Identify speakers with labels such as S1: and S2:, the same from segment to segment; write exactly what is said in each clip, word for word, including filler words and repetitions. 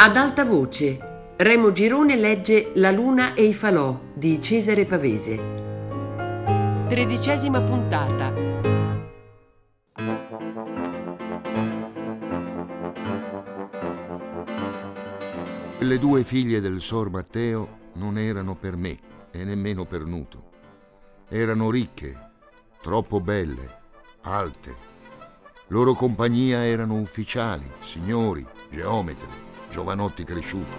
S1: Ad alta voce, Remo Girone legge La luna e i falò di Cesare Pavese. Tredicesima puntata.
S2: Le due figlie del Sor Matteo non erano per me e nemmeno per Nuto. Erano ricche, troppo belle, alte. Loro compagnia erano ufficiali, signori, geometri, giovanotti cresciuti.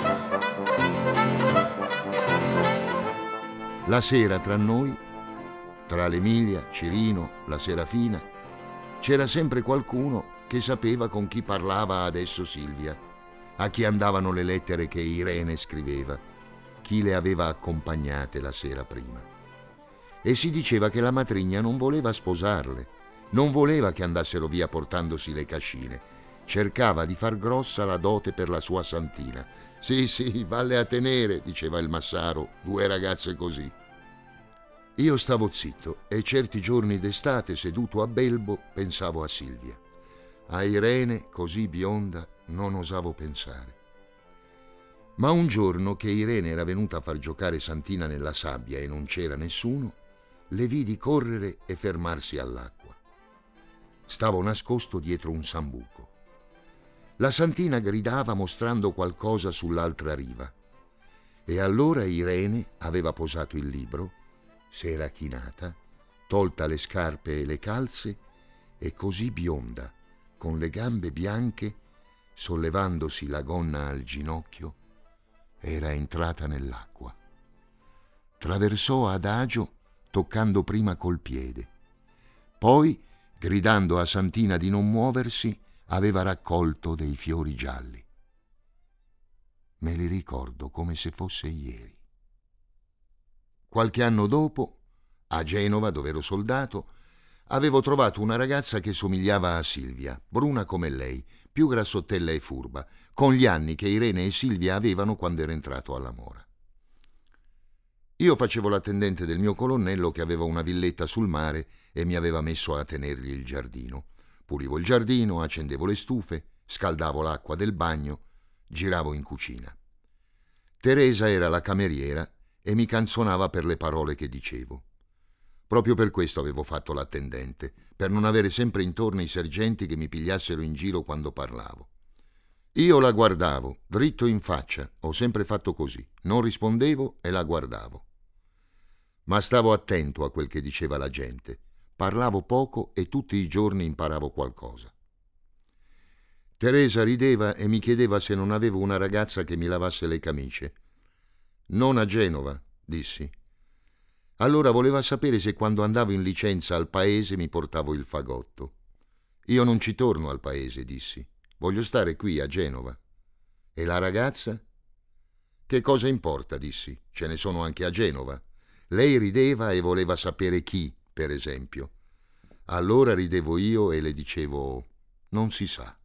S2: La sera tra noi, tra l'Emilia, Cirino, la Serafina, c'era sempre qualcuno che sapeva con chi parlava adesso Silvia, a chi andavano le lettere che Irene scriveva, chi le aveva accompagnate la sera prima. E si diceva che la matrigna non voleva sposarle, non voleva che andassero via portandosi le cascine, cercava di far grossa la dote per la sua Santina. Sì, sì, valle a tenere, diceva il Massaro, due ragazze così. Io stavo zitto e certi giorni d'estate, seduto a Belbo, pensavo a Silvia. A Irene, così bionda, non osavo pensare. Ma un giorno che Irene era venuta a far giocare Santina nella sabbia e non c'era nessuno, le vidi correre e fermarsi all'acqua. Stavo nascosto dietro un sambuco. La Santina gridava mostrando qualcosa sull'altra riva. E allora Irene aveva posato il libro, s'era chinata, tolta le scarpe e le calze e così bionda, con le gambe bianche, sollevandosi la gonna al ginocchio, era entrata nell'acqua. Traversò adagio, toccando prima col piede. Poi, gridando a Santina di non muoversi, aveva raccolto dei fiori gialli. Me li ricordo come se fosse ieri. Qualche anno dopo, a Genova, dove ero soldato, avevo trovato una ragazza che somigliava a Silvia, bruna come lei, più grassottella e furba, con gli anni che Irene e Silvia avevano quando ero entrato alla Mora. Io facevo l'attendente del mio colonnello che aveva una villetta sul mare e mi aveva messo a tenergli il giardino. Pulivo il giardino, accendevo le stufe, scaldavo l'acqua del bagno, giravo in cucina. Teresa era la cameriera e mi canzonava per le parole che dicevo. Proprio per questo avevo fatto l'attendente, per non avere sempre intorno i sergenti che mi pigliassero in giro quando parlavo. Io la guardavo, dritto in faccia, ho sempre fatto così, non rispondevo e la guardavo. Ma stavo attento a quel che diceva la gente. Parlavo poco e tutti i giorni imparavo qualcosa. Teresa rideva e mi chiedeva se non avevo una ragazza che mi lavasse le camicie. Non a Genova, dissi. Allora voleva sapere se quando andavo in licenza al paese mi portavo il fagotto. Io non ci torno al paese, dissi. Voglio stare qui a Genova. E la ragazza? Che cosa importa, dissi. Ce ne sono anche a Genova. Lei rideva e voleva sapere chi, per esempio. Allora ridevo io e le dicevo: non si sa.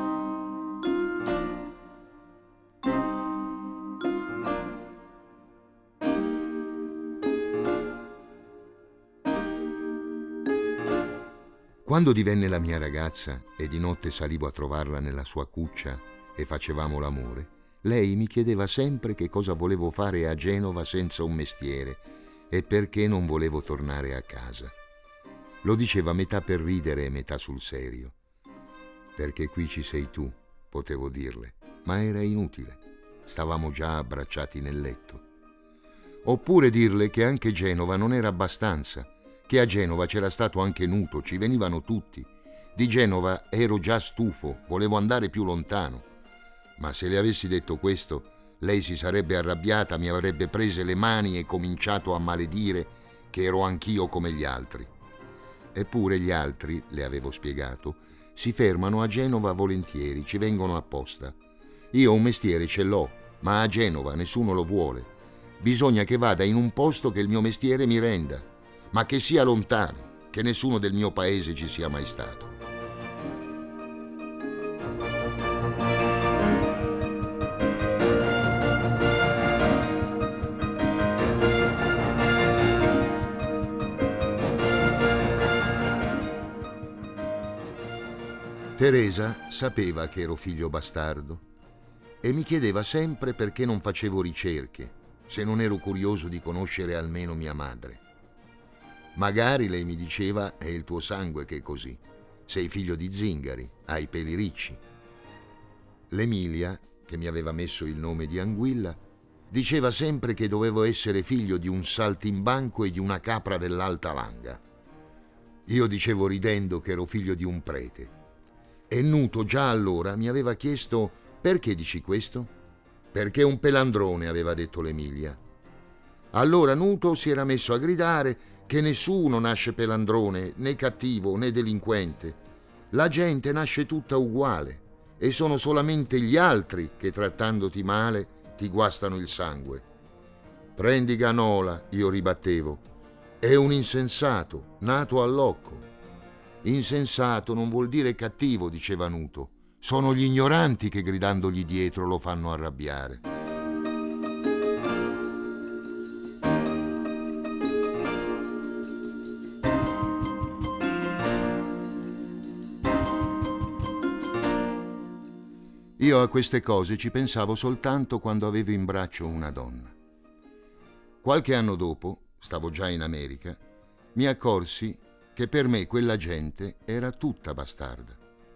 S2: Quando divenne la mia ragazza e di notte salivo a trovarla nella sua cuccia e facevamo l'amore, lei mi chiedeva sempre che cosa volevo fare a Genova senza un mestiere e perché non volevo tornare a casa. Lo diceva metà per ridere e metà sul serio. Perché qui ci sei tu, potevo dirle, ma era inutile. Stavamo già abbracciati nel letto. Oppure dirle che anche Genova non era abbastanza, che a Genova c'era stato anche Nuto, ci venivano tutti. Di Genova ero già stufo, volevo andare più lontano. Ma se le avessi detto questo, lei si sarebbe arrabbiata, mi avrebbe prese le mani e cominciato a maledire che ero anch'io come gli altri. Eppure gli altri, le avevo spiegato, si fermano a Genova volentieri, ci vengono apposta. Io un mestiere ce l'ho, ma a Genova nessuno lo vuole. Bisogna che vada in un posto che il mio mestiere mi renda, ma che sia lontano, che nessuno del mio paese ci sia mai stato. Teresa sapeva che ero figlio bastardo e mi chiedeva sempre perché non facevo ricerche, se non ero curioso di conoscere almeno mia madre. Magari, lei mi diceva, è il tuo sangue che è così. Sei figlio di zingari, hai i peli ricci. L'Emilia, che mi aveva messo il nome di Anguilla, diceva sempre che dovevo essere figlio di un saltimbanco e di una capra dell'Alta Langa. Io dicevo ridendo che ero figlio di un prete. E Nuto già allora mi aveva chiesto: perché dici questo? Perché un pelandrone, aveva detto l'Emilia. Allora Nuto si era messo a gridare che nessuno nasce pelandrone, né cattivo, né delinquente. La gente nasce tutta uguale e sono solamente gli altri che, trattandoti male, ti guastano il sangue. Prendi Ganola, io ribattevo. È un insensato, nato all'occo. Insensato non vuol dire cattivo, diceva Nuto. Sono gli ignoranti che gridandogli dietro lo fanno arrabbiare. Io a queste cose ci pensavo soltanto quando avevo in braccio una donna. Qualche anno dopo, stavo già in America, mi accorsi che per me quella gente era tutta bastarda.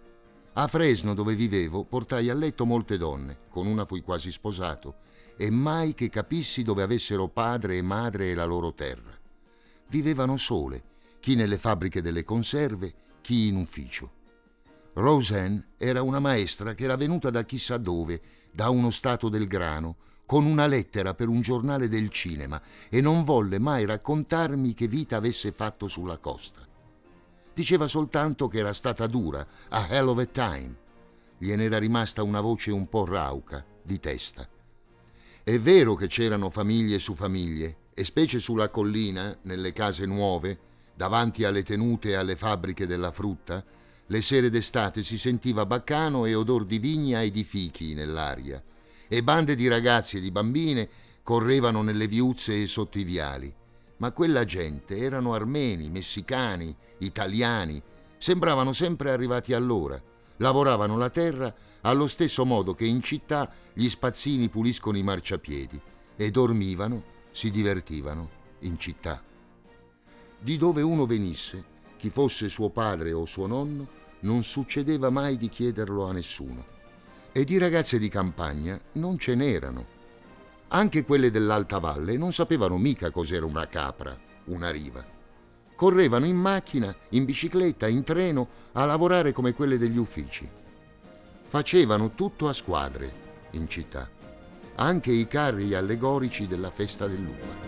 S2: A Fresno, dove vivevo, portai a letto molte donne, con una fui quasi sposato, e mai che capissi dove avessero padre e madre e la loro terra. Vivevano sole, chi nelle fabbriche delle conserve, chi in ufficio. Roseanne era una maestra che era venuta da chissà dove, da uno stato del grano, con una lettera per un giornale del cinema, e non volle mai raccontarmi che vita avesse fatto sulla costa. Diceva soltanto che era stata dura, a hell of a time. Gliene era rimasta una voce un po' rauca, di testa. È vero che c'erano famiglie su famiglie, e specie sulla collina, nelle case nuove, davanti alle tenute e alle fabbriche della frutta, le sere d'estate si sentiva baccano e odor di vigna e di fichi nell'aria, e bande di ragazzi e di bambine correvano nelle viuzze e sotto i viali. Ma quella gente erano armeni, messicani, italiani, sembravano sempre arrivati all'ora, lavoravano la terra allo stesso modo che in città gli spazzini puliscono i marciapiedi, e dormivano, si divertivano in città. Di dove uno venisse, chi fosse suo padre o suo nonno, non succedeva mai di chiederlo a nessuno. E di ragazze di campagna non ce n'erano. Anche quelle dell'Alta Valle non sapevano mica cos'era una capra, una riva. Correvano in macchina, in bicicletta, in treno, a lavorare come quelle degli uffici. Facevano tutto a squadre in città, anche i carri allegorici della festa dell'uva.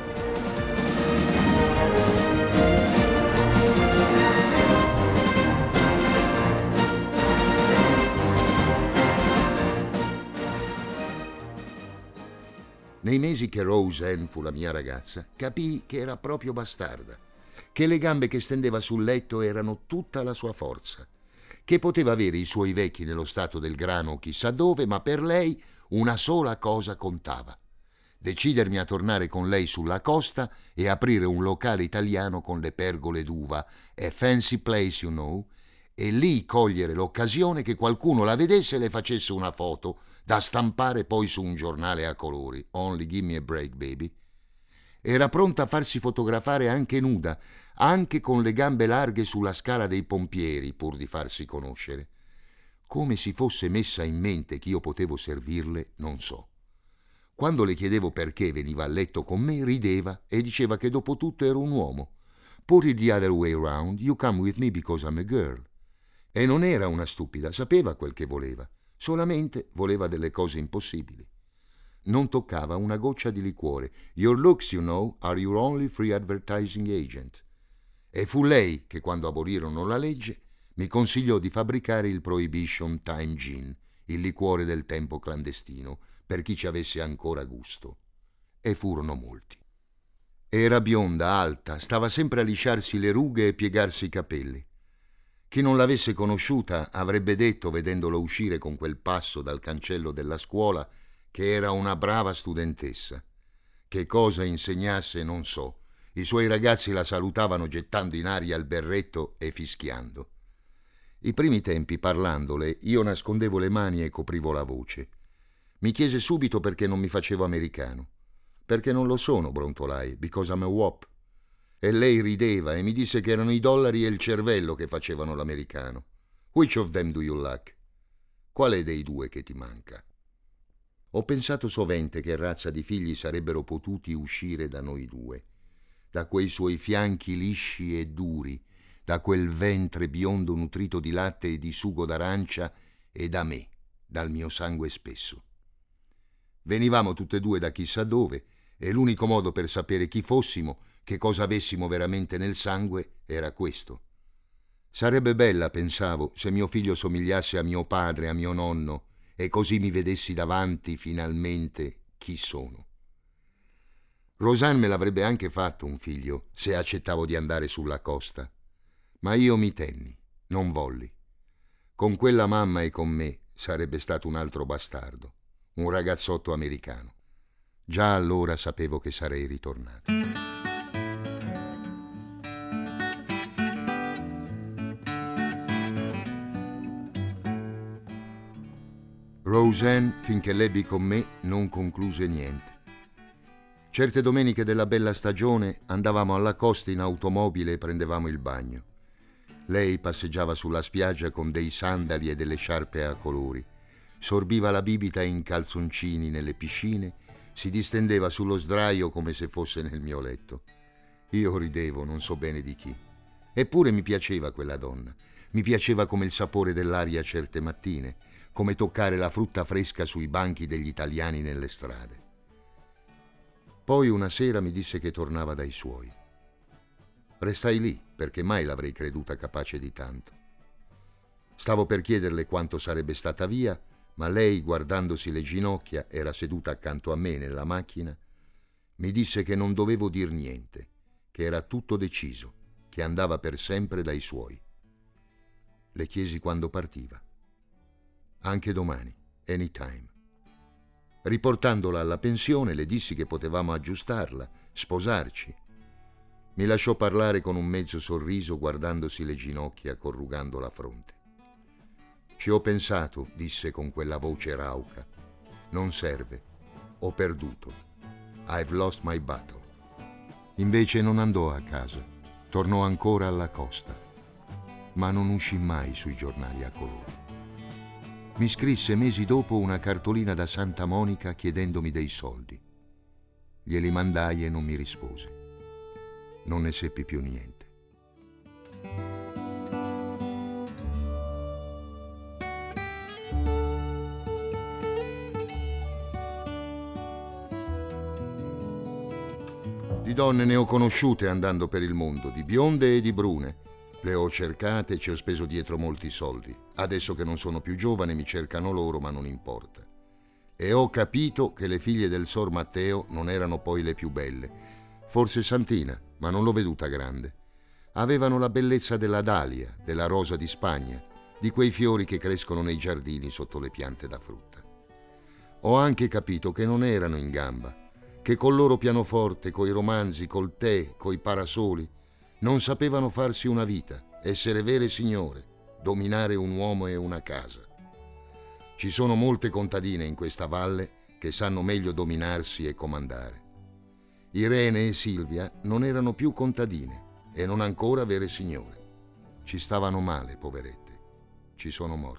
S2: Nei mesi che Roseanne fu la mia ragazza, capii che era proprio bastarda, che le gambe che stendeva sul letto erano tutta la sua forza, che poteva avere i suoi vecchi nello stato del grano chissà dove, ma per lei una sola cosa contava: decidermi a tornare con lei sulla costa e aprire un locale italiano con le pergole d'uva, a fancy place, you know, e lì cogliere l'occasione che qualcuno la vedesse e le facesse una foto da stampare poi su un giornale a colori. Only give me a break, baby. Era pronta a farsi fotografare anche nuda, anche con le gambe larghe sulla scala dei pompieri, pur di farsi conoscere. Come si fosse messa in mente che io potevo servirle, non so. Quando le chiedevo perché veniva a letto con me, rideva e diceva che dopo tutto ero un uomo. Put it the other way around, you come with me because I'm a girl. E non era una stupida, sapeva quel che voleva. Solamente voleva delle cose impossibili. Non toccava una goccia di liquore. Your looks, you know, are your only free advertising agent. E fu lei che, quando abolirono la legge, mi consigliò di fabbricare il Prohibition Time Gin, il liquore del tempo clandestino, per chi ci avesse ancora gusto. E furono molti. Era bionda, alta, stava sempre a lisciarsi le rughe e piegarsi i capelli. Chi non l'avesse conosciuta avrebbe detto, vedendolo uscire con quel passo dal cancello della scuola, che era una brava studentessa. Che cosa insegnasse non so. I suoi ragazzi la salutavano gettando in aria il berretto e fischiando. I primi tempi, parlandole, io nascondevo le mani e coprivo la voce. Mi chiese subito perché non mi facevo americano. Perché non lo sono, brontolai, because I'm a wop. E lei rideva e mi disse che erano i dollari e il cervello che facevano l'americano. Which of them do you lack? Quale dei due che ti manca? Ho pensato sovente che razza di figli sarebbero potuti uscire da noi due, da quei suoi fianchi lisci e duri, da quel ventre biondo nutrito di latte e di sugo d'arancia, e da me, dal mio sangue spesso. Venivamo tutte e due da chissà dove, e l'unico modo per sapere chi fossimo, che cosa avessimo veramente nel sangue, era questo. Sarebbe bella, pensavo, se mio figlio somigliasse a mio padre, a mio nonno, e così mi vedessi davanti finalmente chi sono. Rosanne me l'avrebbe anche fatto un figlio, se accettavo di andare sulla costa. Ma io mi temmi, non volli. Con quella mamma e con me sarebbe stato un altro bastardo, un ragazzotto americano. Già allora sapevo che sarei ritornato. Rosanne, finché l'ebbi con me, non concluse niente. Certe domeniche della bella stagione andavamo alla costa in automobile e prendevamo il bagno. Lei passeggiava sulla spiaggia con dei sandali e delle sciarpe a colori, sorbiva la bibita in calzoncini nelle piscine, si distendeva sullo sdraio come se fosse nel mio letto. Io ridevo, non so bene di chi. Eppure mi piaceva quella donna. Mi piaceva come il sapore dell'aria certe mattine, come toccare la frutta fresca sui banchi degli italiani nelle strade. Poi una sera mi disse che tornava dai suoi. Restai lì, perché mai l'avrei creduta capace di tanto. Stavo per chiederle quanto sarebbe stata via, ma lei, guardandosi le ginocchia, era seduta accanto a me nella macchina, mi disse che non dovevo dir niente, che era tutto deciso, che andava per sempre dai suoi. Le chiesi quando partiva. Anche domani, anytime. Riportandola alla pensione, le dissi che potevamo aggiustarla, sposarci. Mi lasciò parlare con un mezzo sorriso, guardandosi le ginocchia, corrugando la fronte. Ci ho pensato, disse con quella voce rauca. Non serve. Ho perduto. I've lost my battle. Invece non andò a casa. Tornò ancora alla costa. Ma non uscì mai sui giornali a colori. Mi scrisse mesi dopo una cartolina da Santa Monica chiedendomi dei soldi. Glieli mandai e non mi rispose. Non ne seppi più niente. Di donne ne ho conosciute andando per il mondo, di bionde e di brune. Le ho cercate e ci ho speso dietro molti soldi. Adesso che non sono più giovane mi cercano loro, ma non importa. E ho capito che le figlie del Sor Matteo non erano poi le più belle. Forse Santina, ma non l'ho veduta grande. Avevano la bellezza della dalia, della rosa di Spagna, di quei fiori che crescono nei giardini sotto le piante da frutta. Ho anche capito che non erano in gamba, che col loro pianoforte, coi romanzi, col tè, coi parasoli, non sapevano farsi una vita, essere vere signore, dominare un uomo e una casa. Ci sono molte contadine in questa valle che sanno meglio dominarsi e comandare. Irene e Silvia non erano più contadine e non ancora vere signore. Ci stavano male, poverette. Ci sono morte.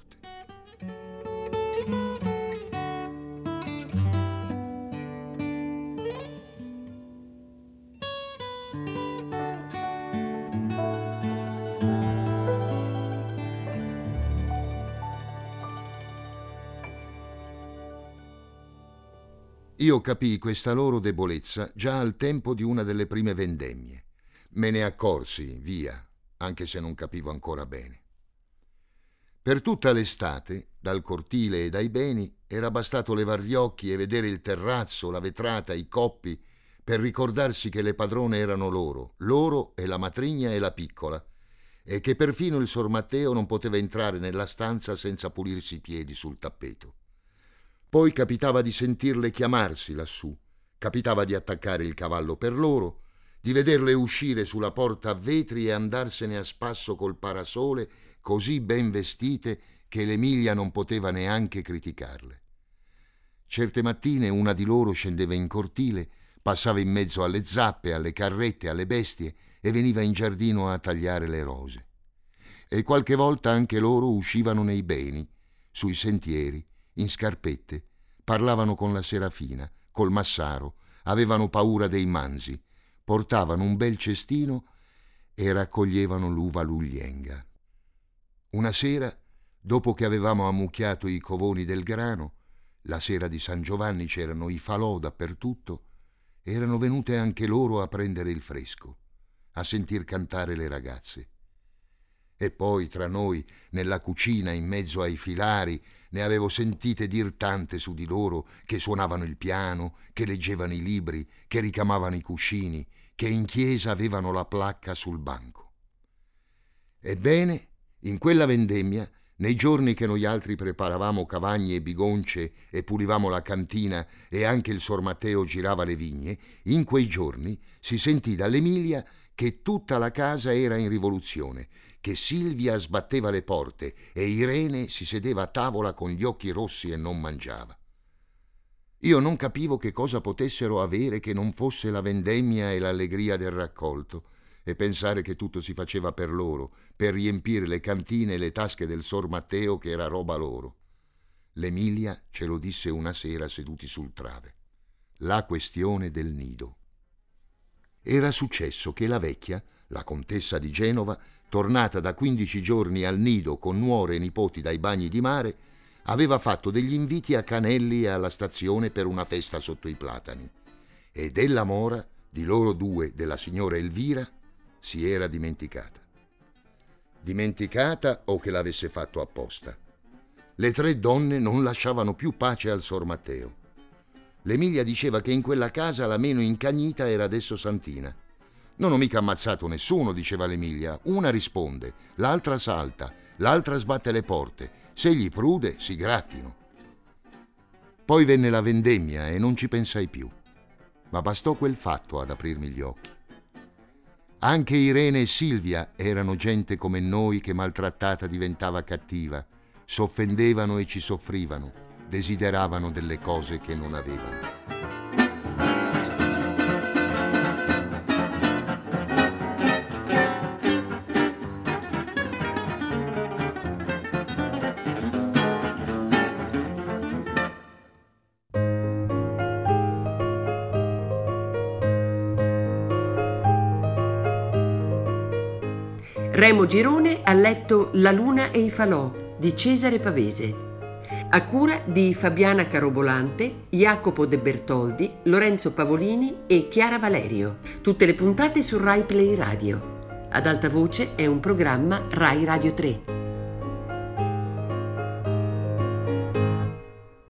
S2: Io capii questa loro debolezza già al tempo di una delle prime vendemmie. Me ne accorsi, via, anche se non capivo ancora bene. Per tutta l'estate, dal cortile e dai beni, era bastato levar gli occhi e vedere il terrazzo, la vetrata, i coppi, per ricordarsi che le padrone erano loro, loro e la matrigna e la piccola, e che perfino il Sor Matteo non poteva entrare nella stanza senza pulirsi i piedi sul tappeto. Poi capitava di sentirle chiamarsi lassù, capitava di attaccare il cavallo per loro, di vederle uscire sulla porta a vetri e andarsene a spasso col parasole, così ben vestite che l'Emilia non poteva neanche criticarle. Certe mattine una di loro scendeva in cortile, passava in mezzo alle zappe, alle carrette, alle bestie e veniva in giardino a tagliare le rose. E qualche volta anche loro uscivano nei beni, sui sentieri, in scarpette, parlavano con la Serafina, col Massaro, avevano paura dei manzi, portavano un bel cestino e raccoglievano l'uva luglienga. Una sera, dopo che avevamo ammucchiato i covoni del grano, la sera di San Giovanni c'erano i falò dappertutto, erano venute anche loro a prendere il fresco, a sentir cantare le ragazze. E poi tra noi, nella cucina, in mezzo ai filari, ne avevo sentite dir tante su di loro, che suonavano il piano, che leggevano i libri, che ricamavano i cuscini, che in chiesa avevano la placca sul banco. Ebbene, in quella vendemmia, nei giorni che noi altri preparavamo cavagni e bigonce e pulivamo la cantina e anche il Sor Matteo girava le vigne, in quei giorni si sentì dall'Emilia che tutta la casa era in rivoluzione, che Silvia sbatteva le porte e Irene si sedeva a tavola con gli occhi rossi e non mangiava. Io non capivo che cosa potessero avere che non fosse la vendemmia e l'allegria del raccolto, e pensare che tutto si faceva per loro, per riempire le cantine e le tasche del Sor Matteo, che era roba loro. L'Emilia ce lo disse una sera seduti sul trave. La questione del nido. Era successo che la vecchia, la contessa di Genova, tornata da quindici giorni al nido con nuore e nipoti dai bagni di mare, aveva fatto degli inviti a Canelli e alla stazione per una festa sotto i platani. E della mora, di loro due, della signora Elvira, si era dimenticata. Dimenticata o che l'avesse fatto apposta. Le tre donne non lasciavano più pace al Sor Matteo. L'Emilia diceva che in quella casa la meno incagnita era adesso Santina. Non ho mica ammazzato nessuno, diceva l'Emilia. Una risponde, l'altra salta, l'altra sbatte le porte. Se gli prude, si grattino. Poi venne la vendemmia e non ci pensai più. Ma bastò quel fatto ad aprirmi gli occhi. Anche Irene e Silvia erano gente come noi che maltrattata diventava cattiva, s'offendevano e ci soffrivano, desideravano delle cose che non avevano.
S1: Remo Girone ha letto La luna e i falò di Cesare Pavese, a cura di Fabiana Carobolante, Jacopo De Bertoldi, Lorenzo Pavolini e Chiara Valerio. Tutte le puntate su Rai Play Radio. Ad alta voce è un programma Rai Radio tre.